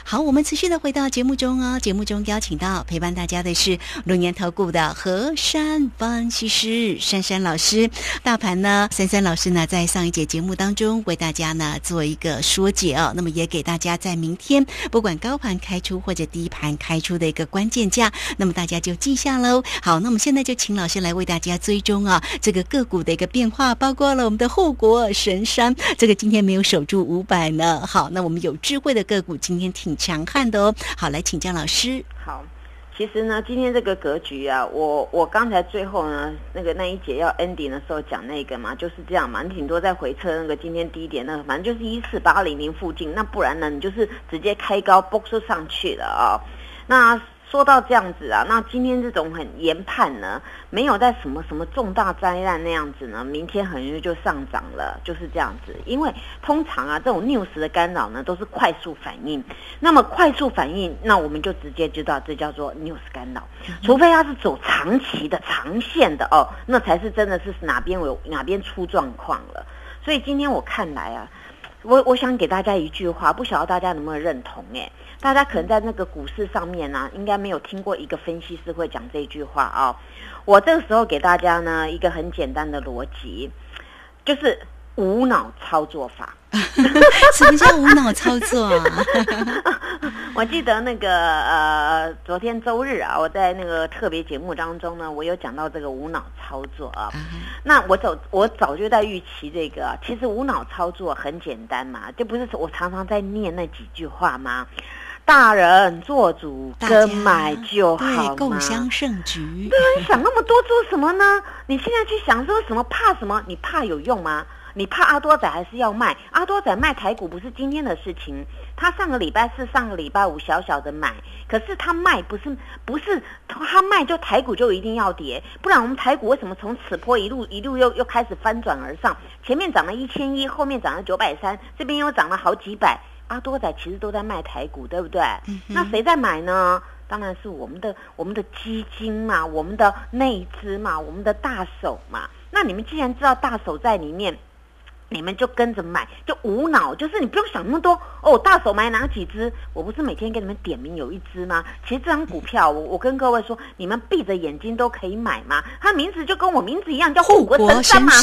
好，我们持续的回到节目中哦。节目中邀请到陪伴大家的是龙岩投顾的何珊分析师珊珊老师。大盘呢，珊珊老师呢在上一节节目当中为大家呢做一个说解哦，那么也给大家在明天不管高盘开出或者低盘开出的一个关键价，那么大家就记下喽。好，那我们现在就请老师来为大家追踪啊这个个股的一个变化，包括了我们的护国神山，这个今天没有守住500呢。好，那我们有智慧的个股今天挺强悍的哦。好，来请教老师。 好，其实呢，今天这个格局啊，我刚才最后呢，那一节要 ending 的时候讲那个嘛，就是这样嘛，你顶多在回测那个今天低点那个，反正就是14800附近，那不然呢，你就是直接开高蹦就上去了啊、那说到这样子啊，那今天这种很研判呢，没有在什么重大灾难那样子呢，明天很容易就上涨了，就是这样子。因为通常啊，这种 news 的干扰呢，都是快速反应。那么快速反应，那我们就直接知道这叫做 news 干扰。除非它是走长期的、长线的哦，那才是真的是哪边出状况了。所以今天我看来啊，我想给大家一句话，不晓得大家能不能认同大家可能在那个股市上面呢、应该没有听过一个分析师会讲这句话啊、我这个时候给大家呢一个很简单的逻辑，就是无脑操作法。 什么叫无脑操作啊？ 我记得那个昨天周日啊，我在那个特别节目当中呢，我有讲到这个无脑操作啊。那我早就在预期这个，其实无脑操作很简单嘛，就不是我常常在念那几句话吗？大人做主跟买就好嘛， 对，共襄盛举。 对啊，你想那么多做什么呢？你现在去想说什么怕什么？你怕有用吗？你怕阿多仔还是要卖？阿多仔卖台股不是今天的事情，他上个礼拜四、上个礼拜五小小的买，可是他卖不是他卖就台股就一定要跌，不然我们台股为什么从此波一路又开始翻转而上？前面涨了1100，后面涨了930，这边又涨了好几百。阿多仔其实都在卖台股，对不对？那谁在买呢？当然是我们的基金嘛，我们的内资嘛，我们的大手嘛。那你们既然知道大手在里面，你们就跟着买，就无脑，就是你不用想那么多哦。大手买哪几只？我不是每天给你们点名有一只吗？其实这张股票，我跟各位说，你们闭着眼睛都可以买嘛。它名字就跟我名字一样，叫护国神山嘛。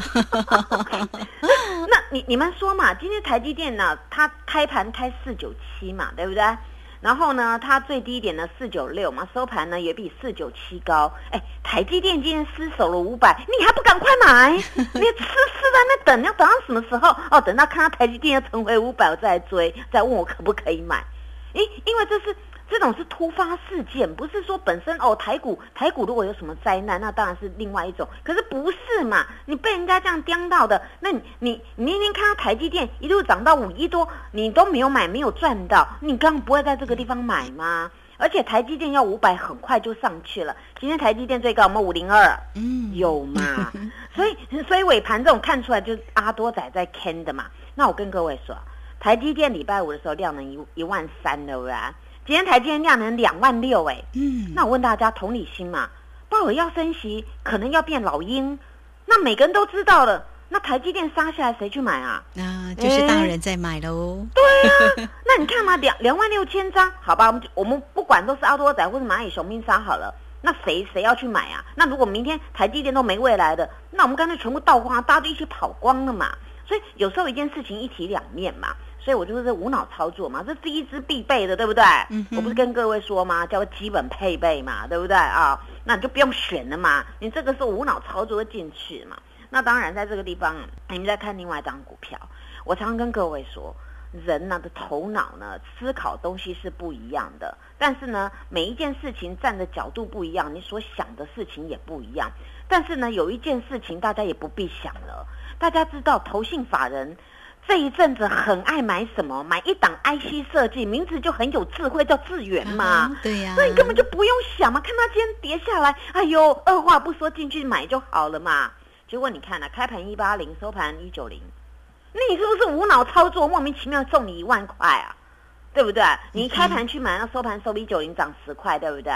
那你们说嘛，今天台积电呢，它开盘开497嘛，对不对？然后呢，它最低点呢496嘛，收盘呢也比497高。台积电今天失守了500，你还不赶快买？你吃在那等，要等到什么时候？哦，等到看到台积电要成为500，我再来追，再问我可不可以买？因为这种是突发事件，不是说本身哦台股如果有什么灾难，那当然是另外一种。可是不是嘛？你被人家这样刁到的，那你那天看到台积电一路涨到5亿多，你都没有买，没有赚到，你刚刚不会在这个地方买吗？而且台积电要500，很快就上去了。今天台积电最高有没有502？有嘛？所以尾盘这种看出来就是阿多仔在坑的嘛。那我跟各位说，台积电礼拜五的时候量能13000，对不对？今天台积电量能26000，那我问大家同理心嘛，鲍尔要升息，可能要变老鹰，那每个人都知道了，那台积电杀下来谁去买啊？ 就是大人在买喽。 对啊，那你看嘛，26000张，好吧，我们不管都是阿多仔或是蚂蚁雄兵杀好了，那谁要去买啊？那如果明天台积电都没未来的，那我们干脆全部倒光，大家都一起跑光了嘛。所以有时候一件事情一体两面嘛。所以我就是无脑操作嘛，这第一支必备的，对不对？我不是跟各位说吗？叫基本配备嘛，对不对啊？那你就不用选了嘛，你这个是无脑操作进去嘛。那当然，在这个地方，你们在看另外一张股票，我常常跟各位说，人呢的头脑呢思考东西是不一样的，但是呢，每一件事情站的角度不一样，你所想的事情也不一样。但是呢，有一件事情大家也不必想了，大家知道投信法人这一阵子很爱买什么？买一档 IC 设计，名字就很有智慧，叫智原嘛。 对呀， 那你根本就不用想嘛，看它今天跌下来，哎呦，二话不说进去买就好了嘛。结果你看啊，开盘180，收盘190，那你是不是无脑操作，莫名其妙送你1万块啊？对不对？你开盘去买，那收盘收190，涨10块，对不对？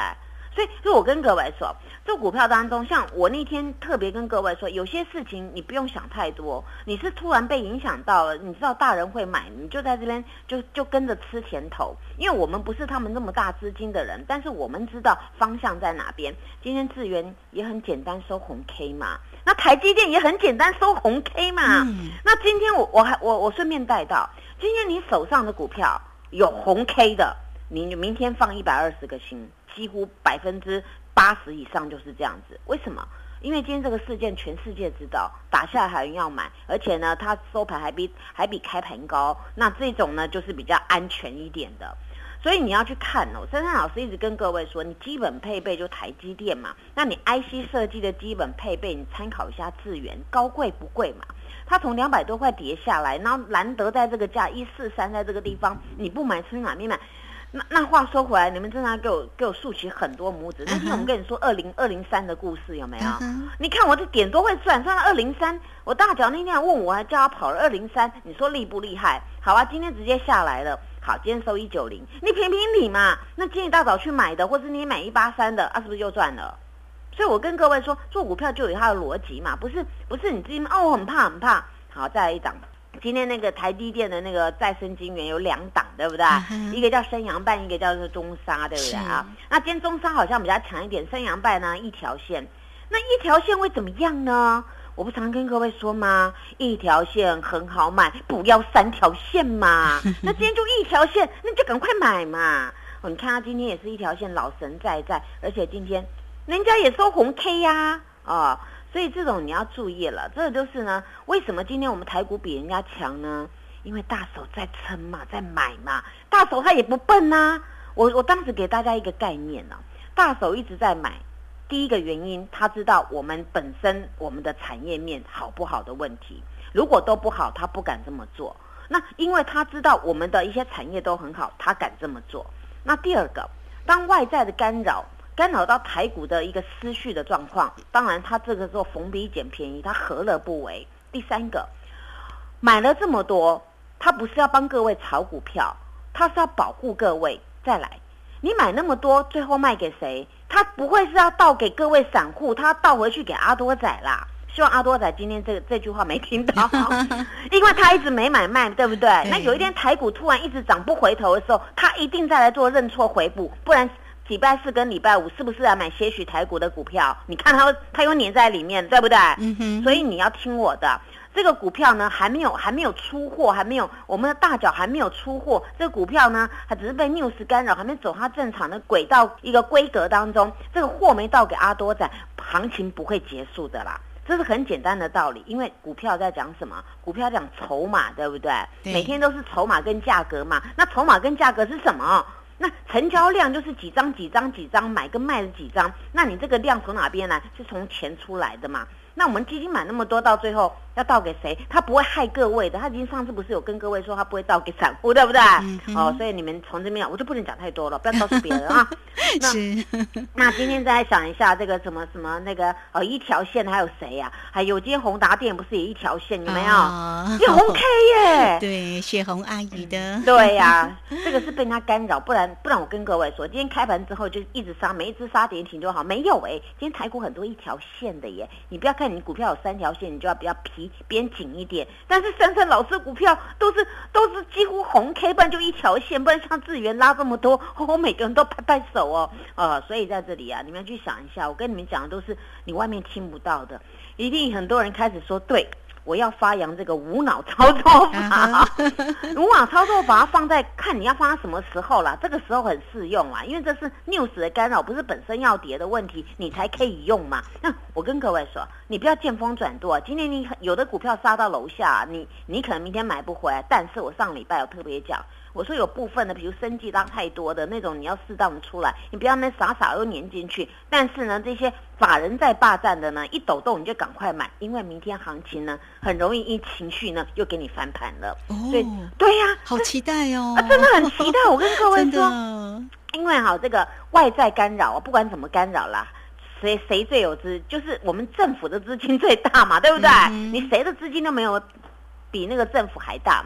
所以我跟各位说，做股票当中，像我那天特别跟各位说，有些事情你不用想太多，你是突然被影响到了，你知道大人会买，你就在这边就跟着吃甜头，因为我们不是他们那么大资金的人，但是我们知道方向在哪边。今天智原也很简单收红 K 嘛，那台积电也很简单收红 K 嘛，那今天我顺便带到，今天你手上的股票有红 K 的，你明天放120个心，几乎80%以上就是这样子。为什么？因为今天这个事件全世界知道，打下来还有人要买，而且呢，它收盘还比开盘高，那这种呢就是比较安全一点的。所以你要去看哦，珊珊老师一直跟各位说，你基本配备就台积电嘛，那你 IC 设计的基本配备，你参考一下智原，高贵不贵嘛？它从200多块跌下来，然后难得在这个价143在这个地方，你不买吃哪边买？那话说回来，你们真的给我竖起很多拇指。那天我们跟你说203的故事有没有？你看我这点多会算到203，我大脚那天还问我，还叫他跑了203，你说厉不厉害？好啊，今天直接下来了。好，今天收190，你评评理嘛？那今天一大早去买的，或是你买183的，是不是就赚了？所以我跟各位说，做股票就有它的逻辑嘛，不是你自己我很怕。好，再来一档。今天那个台积电的那个再生晶圆有2档，对不对？一个叫升阳半，一个叫做中砂，对不对啊？那今天中砂好像比较强一点，升阳半呢一条线，那一条线会怎么样呢？我不常跟各位说吗？一条线很好买，不要3条线嘛。那今天就一条线，那就赶快买嘛。你看他今天也是一条线，老神在，而且今天人家也收红 K 呀，所以这种你要注意了。这就是呢，为什么今天我们台股比人家强呢？因为大手在撑嘛，在买嘛。大手他也不笨啊。我当时给大家一个概念啊，大手一直在买。第一个原因，他知道我们本身我们的产业面好不好的问题，如果都不好，他不敢这么做。那因为他知道我们的一些产业都很好，他敢这么做。那第二个，当外在的干扰到台股的一个失序的状况，当然他这个时候逢低捡便宜，他何乐不为？第三个，买了这么多，他不是要帮各位炒股票，他是要保护各位。再来，你买那么多，最后卖给谁？他不会是要倒给各位散户，他倒回去给阿多仔啦。希望阿多仔今天这句话没听到，因为他一直没买卖，对不对？那有一天台股突然一直涨不回头的时候，他一定再来做认错回补，不然礼拜4跟礼拜5是不是来买些许台股的股票？你看他又黏在里面，对不对？所以你要听我的。这个股票呢还没有出货，我们的大脚还没有出货，这个股票呢还只是被 news 干扰，还没走它正常的轨道一个规格当中，这个货没到给阿多仔，行情不会结束的啦。这是很简单的道理，因为股票在讲什么？股票讲筹码，对不对？每天都是筹码跟价格嘛。那筹码跟价格是什么？那成交量就是几张买跟卖的几张，那你这个量从哪边来？是从钱出来的嘛。那我们基金买那么多，到最后要倒给谁？他不会害各位的，他已经上次不是有跟各位说他不会倒给散户，对不对？所以你们从这边我就不能讲太多了，不要告诉别人啊。那今天再想一下这个什么那个一条线还有谁呀？还有今天宏达电不是也一条线有没有？有红 K 耶！ 对，雪红阿姨的。 对呀，这个是被他干扰，不然我跟各位说，今天开盘之后就一直杀，每一只杀跌停就好，没有今天台股很多一条线的耶，你不要看你股票有3条线，你就要比较边紧一点。但是珊珊老师的股票都是几乎红 K， 不然就一条线，不然像智原拉这么多，每个人都拍手哦。所以在这里啊，你们去想一下，我跟你们讲的都是你外面听不到的。一定很多人开始说，对，我要发扬这个无脑操作法。无脑操作法放在看你要放在什么时候啦，这个时候很适用啦，因为这是 news 的干扰，不是本身要跌的问题，你才可以用嘛。那我跟各位说，你不要见风转舵，今天你有的股票杀到楼下，你可能明天买不回来，但是我上礼拜有特别讲，我说有部分的，比如生技拉太多的那种，你要适当的出来，你不要那傻又粘进去。但是呢，这些法人在霸占的呢，一抖动你就赶快买，因为明天行情呢很容易因情绪呢又给你翻盘了。所以对呀， 好期待哦！ 真的很期待。我跟各位说，因为这个外在干扰，不管怎么干扰啦。谁最有资，就是我们政府的资金最大嘛，对不对？你谁的资金都没有比那个政府还大嘛，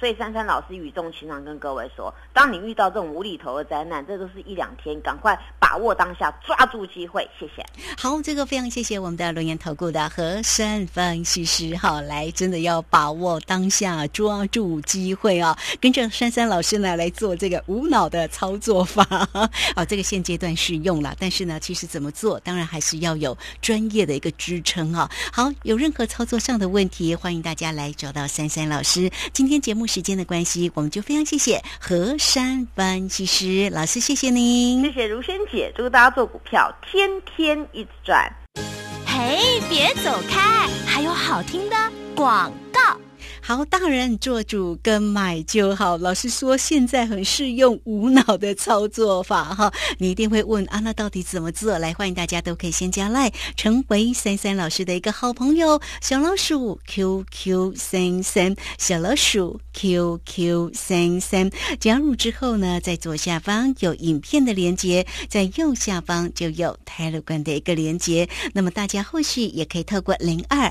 所以珊珊老师语重心长跟各位说，当你遇到这种无厘头的灾难，这都是一两天，赶快把握当下，抓住机会。谢谢。 好，这个非常谢谢我们的龙岩投顾的和珊分析师，好，来真的要把握当下，抓住机会啊，跟着珊珊老师呢来做这个无脑的操作法。好，这个现阶段适用了，但是呢，其实怎么做，当然还是要有专业的一个支撑啊。好，有任何操作上的问题，欢迎大家来找到珊珊老师。今天节目时间的关系，我们就非常谢谢和珊分析师老师，谢谢您， 谢谢如仙姐，祝大家做股票天天一直赚。 嘿，别走开，还有好听的广告。 好，大人做主跟买就好。老师说现在很适用无脑的操作法哈，你一定会问啊，那到底怎么做？来，欢迎大家都可以先加赖，成为珊珊老师的一个好朋友，小老鼠 QQ33， 小老鼠 QQ33， 加入之后呢，在左下方有影片的连结，在右下方就有Telegram的一个连结。那么大家后续也可以透过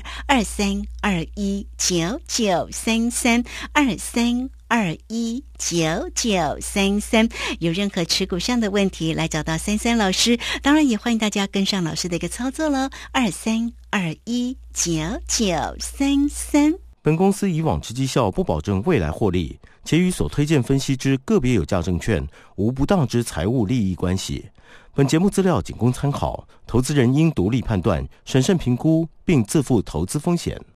022321993323219933，有任何持股上的问题来找到珊珊老师，当然也欢迎大家跟上老师的一个操作咯，23219933。 本公司以往之绩效不保证未来获利，且与所推荐分析之个别有价证券无不当之财务利益关系。本节目资料仅供参考，投资人应独立判断、审慎评估，并自负投资风险。